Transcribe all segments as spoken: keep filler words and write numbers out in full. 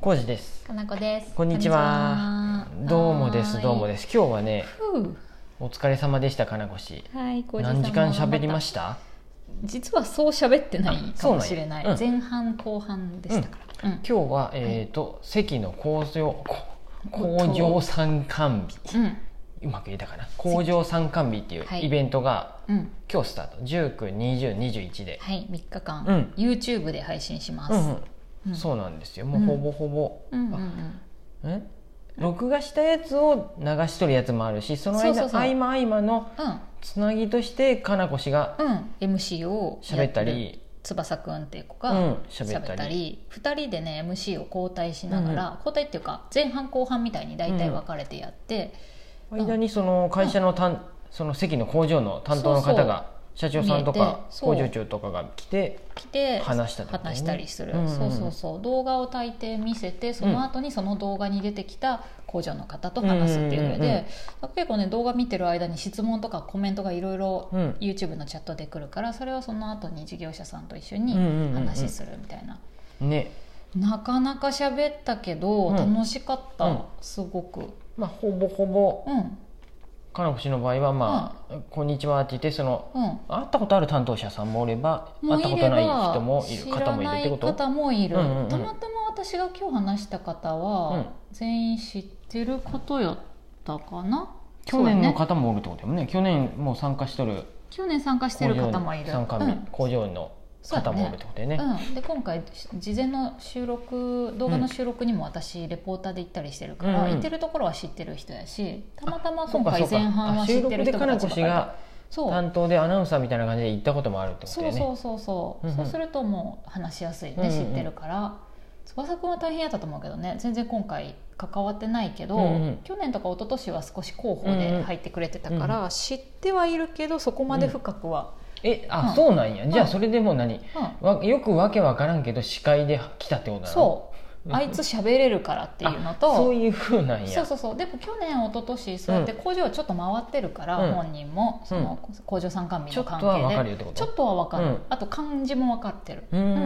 コウジです。 かなこです。 こんにちは。どうもです。どうもです。今日はね、お疲れ様でした。かなこ氏。 はい。 何時間喋りました？ 実はそう喋ってないかもしれない。 うん、 前半後半でしたから。うんうん、 今日はえっ、ー、と、はい、関の工場工場参観日。うんうまく言えたかな。工場参観日っていうイベントが、はい、うん、今日スタート。じゅうく、にじゅう、にじゅういちで、 はい、みっかかん、うん、YouTube で配信します。うんうんうん、そうなんですよ。もうほぼほぼ、うんうんうん、え録画したやつを流しとるやつもあるし、その間合間合間のつなぎとしてかなこ氏がエムシー を喋ったり、 翼くんっていう子が喋ったり、ふたりでね エムシー を交代しながら、うん、交代っていうか前半後半みたいに大体分かれてやって、 うん、間にその会社のたん、うん、その関の工場の担当の方が社長さんとか工場長とかが来て来て話したり、ね、 話したりする、うんうん、そうそうそう、動画を大抵見せて、その後にその動画に出てきた工場の方と話すっていう上で、うんうんうん、結構ね動画見てる間に質問とかコメントがいろいろ YouTube のチャットで来るから、それをその後に事業者さんと一緒に話するみたいな、 うんうんうん、ね、 なかなか喋ったけど楽しかった、うん、すごく、 まあ、ほぼほぼ、うん、かなこ氏の場合は、まあうん、こんにちはって言って、その、うん、会ったことある担当者さんもおれば、会ったことない人もいる、方もいるってこと？ 知らない方もいる、うんうんうん、たまたま私が今日話した方は、うん、全員知ってる方やったかな。 去年の方もおるってことだよね。去年もう参加しとる、 去年参加してる方もいる、 参加、うん、工場の方もおるってことだよね。 うん、で今回事前の収録、動画の収録にも私レポーターで行ったりしてるから、うん、行ってるところは知ってる人やし、たまたま今回前半は知ってる人が収録でかなこ氏が担当でアナウンサーみたいな感じで行ったこともあるってことだよね。 そうそうそうそう、うんうん、そうするともう話しやすいね、うんうん、知ってるから。翼くんは大変やったと思うけどね、全然今回関わってないけど、うんうん、去年とか一昨年は少し広報で入ってくれてたから、うんうん、知ってはいるけどそこまで深くは、 うん、えあ、うん、そうなんや。じゃあそれでも何、うん、よくわけわからんけど司会で来たってことなの？そうあいつ喋れるからっていうのと、 そういう風なんや。 そうそうそう。でも去年一昨年そうやって工場はちょっと回ってるから、うん、本人もその工場参観日の関係で、うん、ちょっとは分かるよってこと？ちょっとは分かる、うん、あと漢字も分かってる、うんうんうん、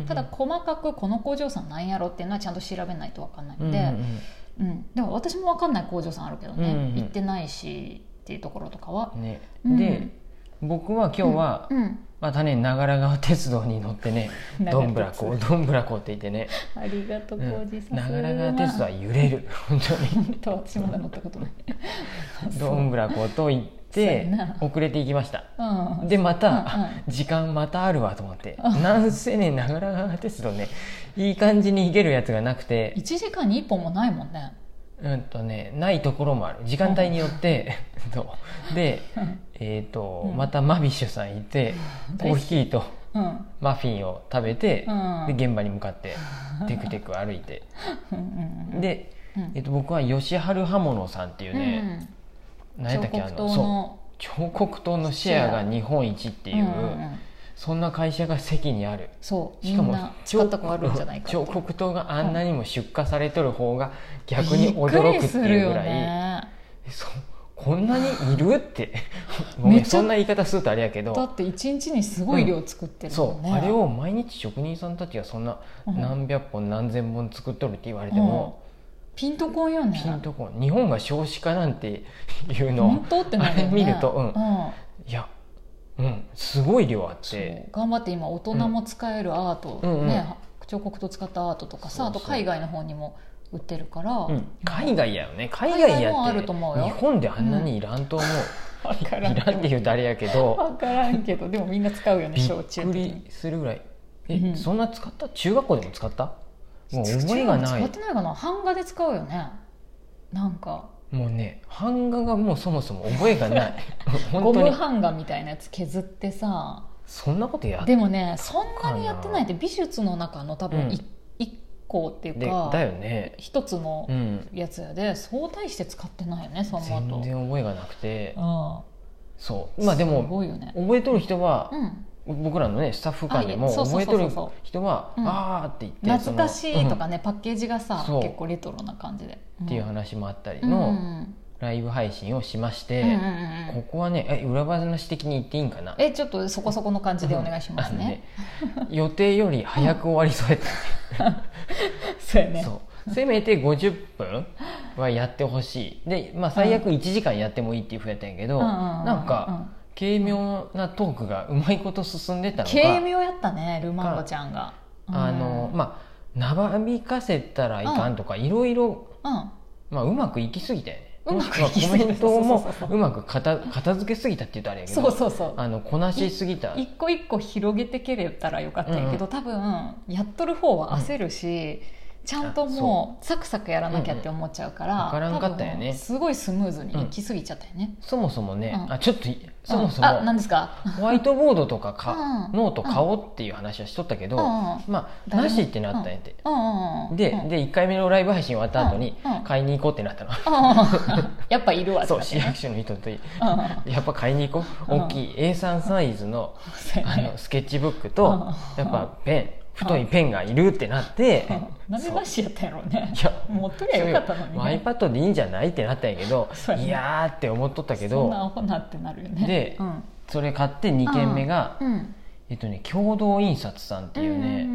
ただ細かくこの工場さんなんやろっていうのはちゃんと調べないと分かんないので、うんうんうん、でも私も分かんない工場さんあるけどね、うんうん、行ってないしっていうところとかは、ね、 うん、で僕は今日は、うんうん、またね長良川鉄道に乗ってねどんぶらこどんぶらこって言ってね、 ありがとうおじさん、 長良川鉄道は揺れる本当に本当私まだ乗ったことないどんぶらこと言って遅れていきました、うん、でまた、うんうん、時間またあるわと思って、うん、なんせね長良川鉄道ねいい感じに行けるやつがなくて、 いちじかんにいっぽんもないもんね。 うんとね、ないところもある、時間帯によって、うん、で、えーとうん、またマビッシュさんいて、コーヒーとマフィンを食べて、うん、で現場に向かってテクテク歩いてで、えー、と僕は吉春刃物さんっていうね、うん、何やったっけ、あのそう彫刻刀のシェアが日本一っていう、うんうんうん、そんな会社が関にある。 そうしかも使ったことあるんじゃないかって彫刻刀があんなにも出荷されとる方が逆に驚くっていうぐらい、ね、そこんなにいるってごめんそんな言い方するとあれやけど、 だっていちにちにすごい量作ってるもんね、 うん、そうあれを毎日職人さんたちがそんな何百本何千本作っとるって言われても、 うん、ピンとこんよね。 ピンとこん。日本が少子化なんていうのを本当ってなるよね、 あれ見ると、うんうん、いやうん、すごい量あって、 頑張って今大人も使えるアート、うんね、彫刻刀使ったアートとかさ、そうそう、あと海外の方にも売ってるから、うん、 海外やよね。海外やってあると思うよ。 日本であんなにいらんと思う、うん、からんいらんって言うとあれやけど分からんけどでもみんな使うよね。小中びっくりするぐらい。え、うん、そんな使った？中学校でも使った？もう覚えがない。 使ってないかな。版画で使うよね。なんかもうね、版画がもうそもそも覚えがないゴム版画みたいなやつ削ってさ、 そんなことやっでもねそんなにやってないって、美術の中の多分いっこっていうかだよね、 一つのやつやで、うん、そう大して使ってないよね。その後全然覚えがなくて、 うん、 そうまあでも、ね、覚えとる人は、うん、僕らのねスタッフ間でも覚えとる人は、うん、あーって言って懐かしいとかね、うん、パッケージがさ結構レトロな感じで、 うん、っていう話もあったりの、うんライブ配信をしまして、うんうんうん、ここはねえ裏話的に言っていいんかな。 えちょっとそこそこの感じでお願いしますね。 うん、ね予定より早く終わりそうやった、 そうやね、 そうせめてごじゅっぷんはやってほしいで、まあ、最悪いちじかんやってもいいっていうふうやったんやけど、うん、なんか軽妙なトークがうまいこと進んでたのか軽妙やったねルマンドちゃんが、 うん、あのまあ長引かせたらいかんとかいろいろうまくいきすぎたよね。もしくはコメントもうまく片付けすぎたって言ったらあれやけど、 そうそうそう、 あのこなしすぎた、 一個一個広げてけれたらよかったんやけど、うん、多分やっとる方は焦るし、うん、ちゃんともうサクサクやらなきゃって思っちゃうから、うんうん、 分からんかったよね。 すごいスムーズにいきすぎちゃったよね、 うん、そもそもね、うん、あちょっとそもそも、 うん、あ何ですかホワイトボードとかか、うん、ノート買おうっていう話はしとったけど、うん、まあなしってなったんやって、うんうん、で、うん、でいっかいめのライブ配信終わった後に買いに行こうってなったの、 うんうん、やっぱいるわって、 そう市役所の人とやっぱ買いに行こう、うん、大きい エースリー サイズ の, あのスケッチブックとやっぱペン太いペンがいるってなって、 なんでなしやったんやろうね。いや持っとりゃよかったのに、ね、 iPad でいいんじゃないってなったんやけど、ね、いやーって思っとったけど、 そんなアホなってなるよね。 で、うん、それ買ってにけんめが、うん、えっとね共同印刷さんっていうね、うん、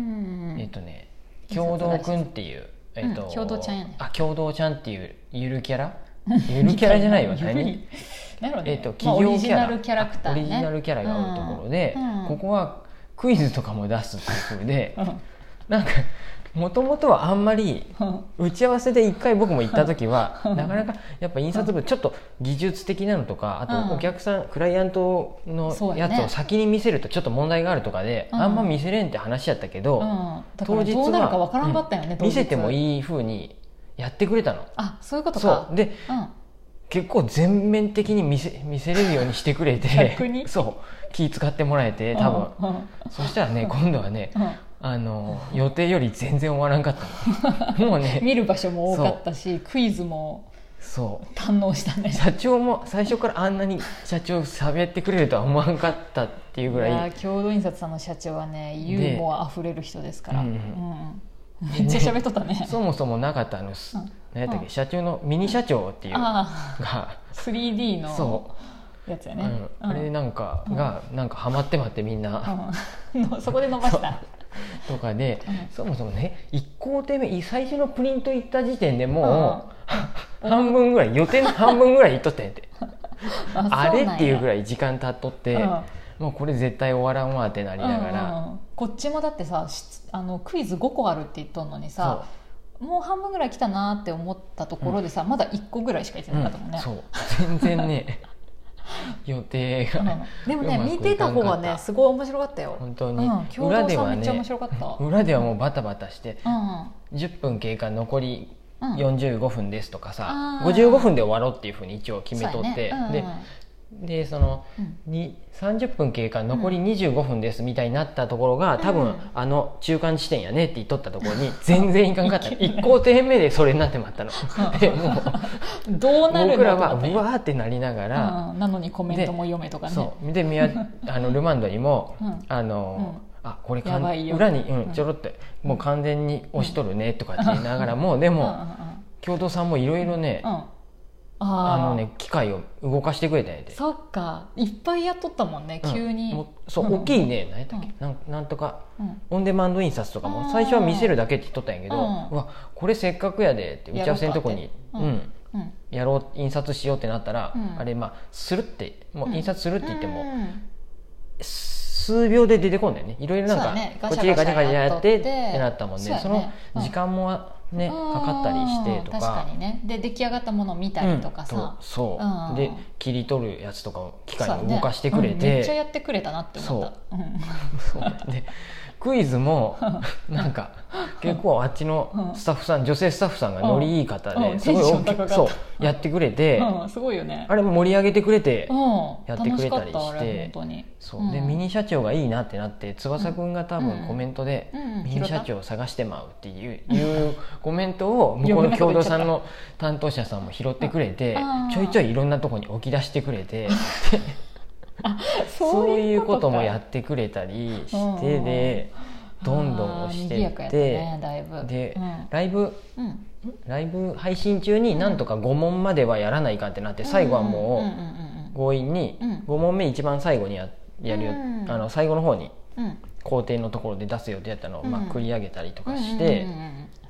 えっとね共同くんっていう、えっと、 うん、共同ちゃんやね。 あ共同ちゃんっていうゆるキャラゆるキャラじゃないわ何ね、 えっと企業キャラ、 まあ、オリジナルキャラクター、ね、 オリジナルキャラがあるところで、うん、ここはクイズとかも出すっていう風で、うん、なんかもともとはあんまり打ち合わせで一回僕も行った時はなかなかやっぱ印刷部ちょっと技術的なのとか、あとお客さんクライアントのやつを先に見せるとちょっと問題があるとかであんま見せれんって話やったけど、当日は見せてもいい風にやってくれたの。 あ、そういうことか。 そうで、結構全面的に見せ、見せれるようにしてくれて逆にそう気使ってもらえて多分、うんうん、そしたらね今度はね、うん、あの予定より全然終わらんかったのもうね見る場所も多かったしクイズもそう堪能したね。 社長も最初からあんなに社長喋ってくれるとは思わんかったっていうぐらい。いや共同印刷さんの社長はねユーモアあふれる人ですから、うんうんめっちゃ喋っとったね。 そもそもなかったあの、うん、何やったっけ、うん、社長のミニ社長っていうのがスリーディー のやつやね、 うん、あれなんかが、うん、なんかハマってまってみんな、 うん、そこで伸ばしたとかで、うん、そもそもねいっこうてめ最初のプリント行った時点でもう、うん、半分ぐらい予定の半分ぐらい行っとったんやってあ, あれっていうぐらい時間経っとって、うん、もうこれ絶対終わらんわってなりながら、うんうん、 こっちもだってさあのクイズごこあるって言っとんのにさもう半分ぐらい来たなって思ったところでさ、うん、まだいっこぐらいしか行ってなかったもんね、うん、 そう全然ね予定が、うん、 でもね見てた方はねすごい面白かったよ本当に、うん、裏ではねめっちゃ面白かった。 裏ではもうバタバタして、うん、じゅっぷん経過残りよんじゅうごふんですとかさ、うん、ごじゅうごふんで終わろうっていうふうに一応決めとって、ねうんうん、ででその、うん、さんじゅっぷん経過残りにじゅうごふんですみたいになったところが、うん、多分あの中間地点やねって言っとったところに全然いかんかったいっこうてんめでそれになってまったのでもうどうなるの僕らはうわーってなりながら、 うん、なのにコメントも読めとかねそうでみやあのルマンドにも、うん、あの、うんあこれかん裏に、うん、ちょろってもう完全に押しとるねとかって言いながらも、うん、でも、うん、共同さんもいろいろね、うんあ, あのね機械を動かしてくれたんやで。 そっかいっぱいやっとったもんね急に、 うん、そう、うん、大きいね何やったっけ、うん、なん, なんとか、うん、オンデマンド印刷とかも最初は見せるだけって言っとったんやけど、うん、うわこれせっかくやでって打ち合わせのとこにやろう、うんうん、やろう印刷しようってなったら、うん、あれまあするってもう印刷するって言っても、うん、数秒で出てこんだよねいろいろなんか、ね、こっちでガチャガチャやってってなったもんね そ, その時間もね、かかったりしてとか確かにねで出来上がったものを見たりとかさ、 うん、そう、うん、で切り取るやつとかを機械を動かしてくれて、ねうん、 めっちゃやってくれたなって思ったそう、うん、そうでクイズもなんか結構あっちのスタッフさん女性スタッフさんがノリいい方ですごい大きくそうやってくれて、 うん、すごいよねあれも盛り上げてくれてやってくれたりしてそうでミニ社長がいいなってなって翼くんが多分コメントでミニ社長を探してまうっていういうコメントを向こうの共同さんの担当者さんも拾ってくれてちょいちょいいろんなとこに置き出してくれてあ そう, そういうこともやってくれたりしてでどんどん押してって、 ね、だいぶで、うん、ライブ、うん、ライブ配信中になんとかごもんまではやらないかってなって最後はもう強引にごもんめ一番最後に や, やるよ、うん、あの最後の方に工程のところで出す予定やったのを、まあ、繰り上げたりとかして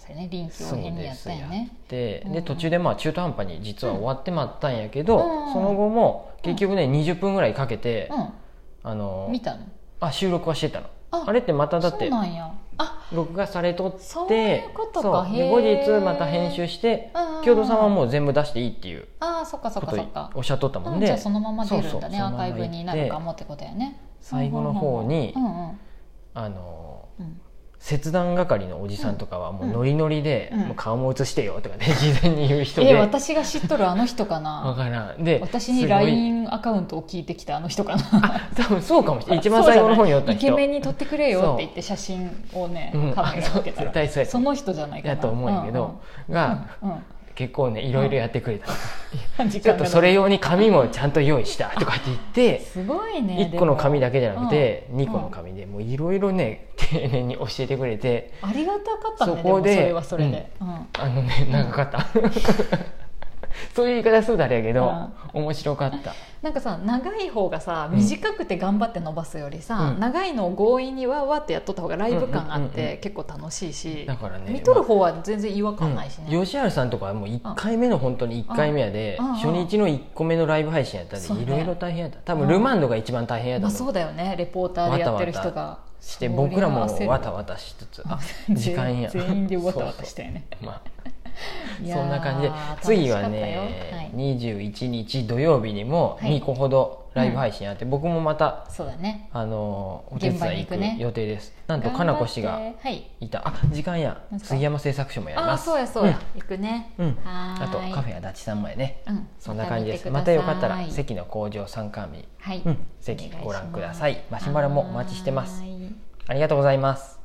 それね臨機応変にやったよね。 でで途中でまあ中途半端に実は終わってまったんやけど、うん、その後も結局ね、うん、にじゅっぷんぐらいかけて、うん、あの見たのあ収録はしてたの。 あ, あれってまただって録画されとって、 そういうことか。 そうで後日また編集して、京都さんはもう全部出していいっていうことおっしゃっとったもんで、うん、 じゃあそのまま出るんだね。そうそう、アーカイブになるかもってことやね。 最後の方に、うんうん、あの、うん切断係のおじさんとかはもうノリノリで、うん、もう顔も映してよとかね事前に言う人で、 え私が知っとるあの人かな。 分からんで私に ライン アカウントを聞いてきたあの人かな。 あ多分そうかもしれない。一番最後の方に寄った人、 イケメンに撮ってくれよって言って写真をねカメラ向けたら、うん、そ, その人じゃないかなだと思うんやけど、うんうん、が、うんうん結構ねいろいろやってくれた、うん、ちょっとそれ用に紙もちゃんと用意したとかって言ってすごいね。 いっこの紙だけじゃなくてにこの紙でもういろいろね丁寧に教えてくれて、 ありがたかったね。 そこででもそれはそれで、うんうん、 あのね長かった、うん、そういう言い方するとあれやけど、うん、面白かった。 なんかさ長い方がさ短くて頑張って伸ばすよりさ、うん、長いのを強引にわーわーってやっとった方がライブ感あって結構楽しいし、 だからね見とる方は全然違和感ないしね、 うん、吉原さんとかはもういっかいめの本当にいっかいめやで初日のいっこめのライブ配信やったんでいろいろ大変やった。多分ルマンドが一番大変やったと思う、 まあ、そうだよね。レポーターでやってる人がわたわたして僕らもわたわたしつつあ時間や全員でわたわたしたよね。 そうそうまあそんな感じで次はね、はい、にじゅういちにち土曜日にもにこほどライブ配信あって、はいうん、僕もまたそうだ、ね、 あのお手伝い行く予定です。なんとかなこ氏がいた、はい、あ時間や杉山製作所もやります。 あそうやそうや、うん、行くね、 うん、あとカフェやダチさんもやね、うん、そんな感じです。またよかったら関の工場参観日、はいうん、ぜひご覧ください。マシュマロもお待ちしてます。ありがとうございます。